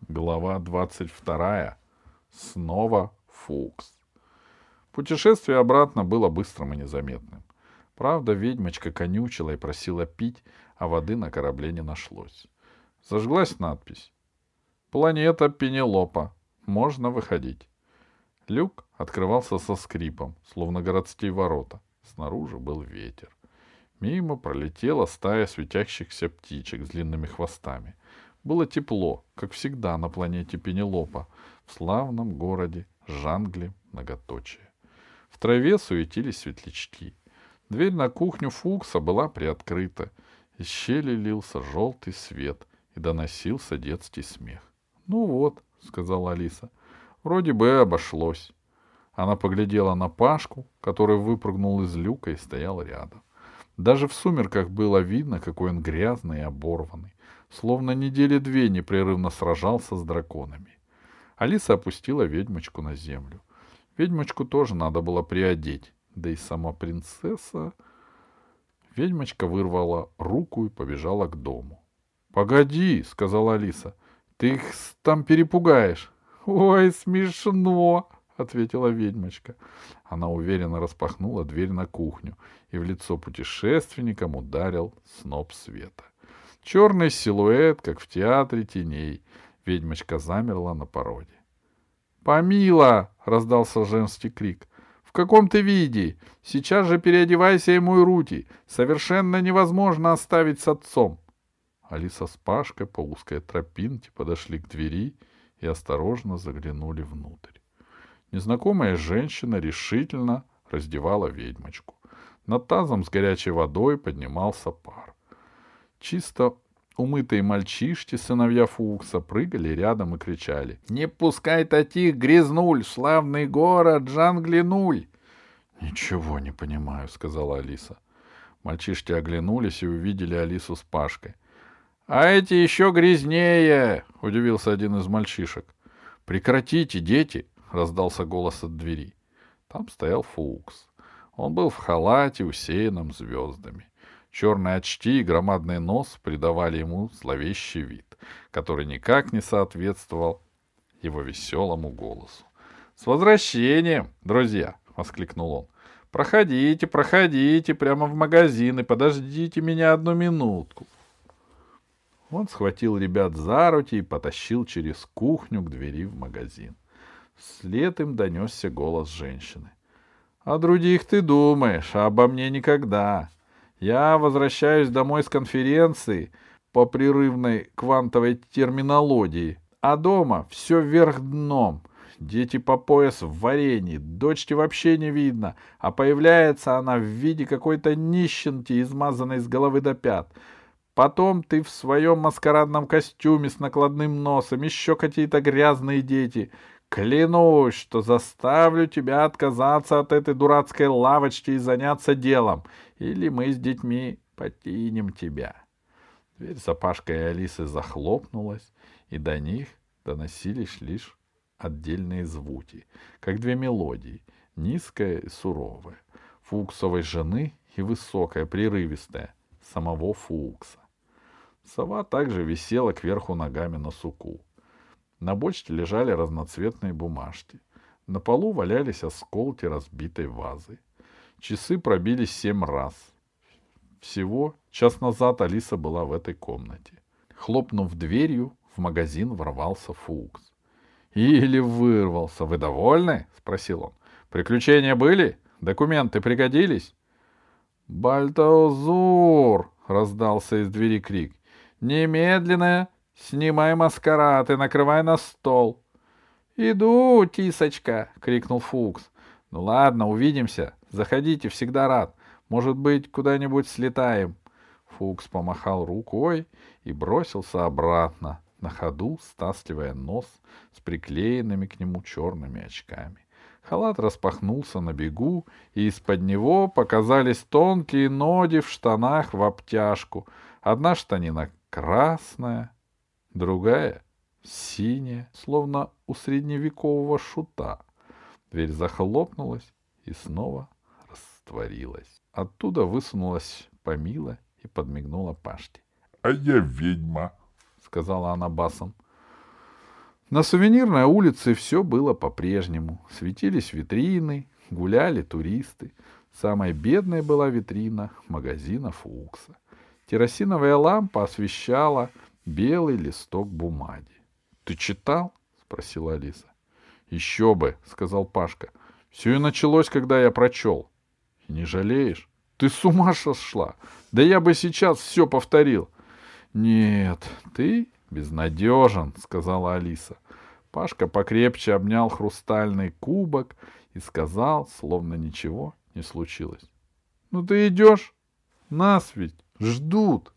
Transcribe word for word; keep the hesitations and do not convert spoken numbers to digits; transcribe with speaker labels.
Speaker 1: Глава двадцать вторая. Снова Фукс. Путешествие обратно было быстрым и незаметным. Правда, ведьмочка конючила и просила пить, а воды на корабле не нашлось. Зажглась надпись: «Планета Пенелопа. Можно выходить». Люк открывался со скрипом, словно городские ворота. Снаружи был ветер. Мимо пролетела стая светящихся птичек с длинными хвостами. Было тепло, как всегда на планете Пенелопа, в славном городе Жангле многоточие. В траве суетились светлячки. Дверь на кухню Фукса была приоткрыта. Из щели лился желтый свет, и доносился детский смех. — Ну вот, — сказала Алиса, — вроде бы обошлось. Она поглядела на Пашку, который выпрыгнул из люка и стоял рядом. Даже в сумерках было видно, какой он грязный и оборванный, словно недели две непрерывно сражался с драконами. Алиса опустила ведьмочку на землю. Ведьмочку тоже надо было приодеть, да и сама принцесса... Ведьмочка вырвала руку и побежала к дому. — Погоди, — сказала Алиса, — ты их там перепугаешь. — Ой, смешно, — ответила ведьмочка. Она уверенно распахнула дверь на кухню, и в лицо путешественникам ударил сноп света. Черный силуэт, как в театре теней. Ведьмочка замерла на пороге. — Помила! — раздался женский крик. — В каком ты виде? Сейчас же переодевайся и мой рути. Совершенно невозможно оставить с отцом. Алиса с Пашкой по узкой тропинке подошли к двери и осторожно заглянули внутрь. Незнакомая женщина решительно раздевала ведьмочку. Над тазом с горячей водой поднимался пар. Чисто умытые мальчишки, сыновья Фукса, прыгали рядом и кричали: «Не пускай таких, грязнуль, в славный город Джанглинуль!» «Ничего не понимаю», — сказала Алиса. Мальчишки оглянулись и увидели Алису с Пашкой. «А эти еще грязнее!» — удивился один из мальчишек. «Прекратите, дети!» — раздался голос от двери. Там стоял Фукс. Он был в халате, усеянном звездами. Черные очки и громадный нос придавали ему зловещий вид, который никак не соответствовал его веселому голосу. — С возвращением, друзья! — воскликнул он. — Проходите, проходите прямо в магазин и подождите меня одну минутку. Он схватил ребят за руки и потащил через кухню к двери в магазин. Вслед им донесся голос женщины. — О других ты думаешь, а обо мне никогда. Я возвращаюсь домой с конференции по прерывной квантовой терминологии, а дома все вверх дном. Дети по пояс в варенье, дочки вообще не видно, а появляется она в виде какой-то нищенки, измазанной с головы до пят. Потом ты в своем маскарадном костюме с накладным носом, еще какие-то грязные дети. Клянусь, что заставлю тебя отказаться от этой дурацкой лавочки и заняться делом, или мы с детьми покинем тебя. Дверь за Пашкой и Алисой захлопнулась, и до них доносились лишь отдельные звуки, как две мелодии, низкая и суровая, Фуксовой жены и высокая, прерывистая, самого Фукса. Сова также висела кверху ногами на суку. На бочке лежали разноцветные бумажки. На полу валялись осколки разбитой вазы. Часы пробили семь раз. Всего час назад Алиса была в этой комнате. Хлопнув дверью, в магазин ворвался Фукс. Или вырвался. Вы довольны? — спросил он. — Приключения были? Документы пригодились? — Бальтазур! — раздался из двери крик. — Немедленно снимай маскарад и накрывай на стол. — Иду, кисочка! — крикнул Фукс. — Ну ладно, увидимся. Заходите, всегда рад. Может быть, куда-нибудь слетаем. Фукс помахал рукой и бросился обратно, на ходу стаскивая нос с приклеенными к нему черными очками. Халат распахнулся на бегу, и из-под него показались тонкие ноги в штанах в обтяжку. Одна штанина красная, другая синяя, словно у средневекового шута. Дверь захлопнулась и снова растворилась. Оттуда высунулась Помила и подмигнула Пашке.
Speaker 2: — А я ведьма,
Speaker 1: — сказала она басом. На Сувенирной улице все было по-прежнему. Светились витрины, гуляли туристы. Самой бедной была витрина магазина Фукса. Керосиновая лампа освещала белый листок бумаги. — Ты читал? — спросила Алиса. — Еще бы, — сказал Пашка. — Все и началось, когда я прочел. — И не жалеешь? Ты с ума сошла? Да я бы сейчас все повторил. — Нет, ты безнадежен, — сказала Алиса. Пашка покрепче обнял хрустальный кубок и сказал, словно ничего не случилось. — Ну ты идешь? Нас ведь ждут.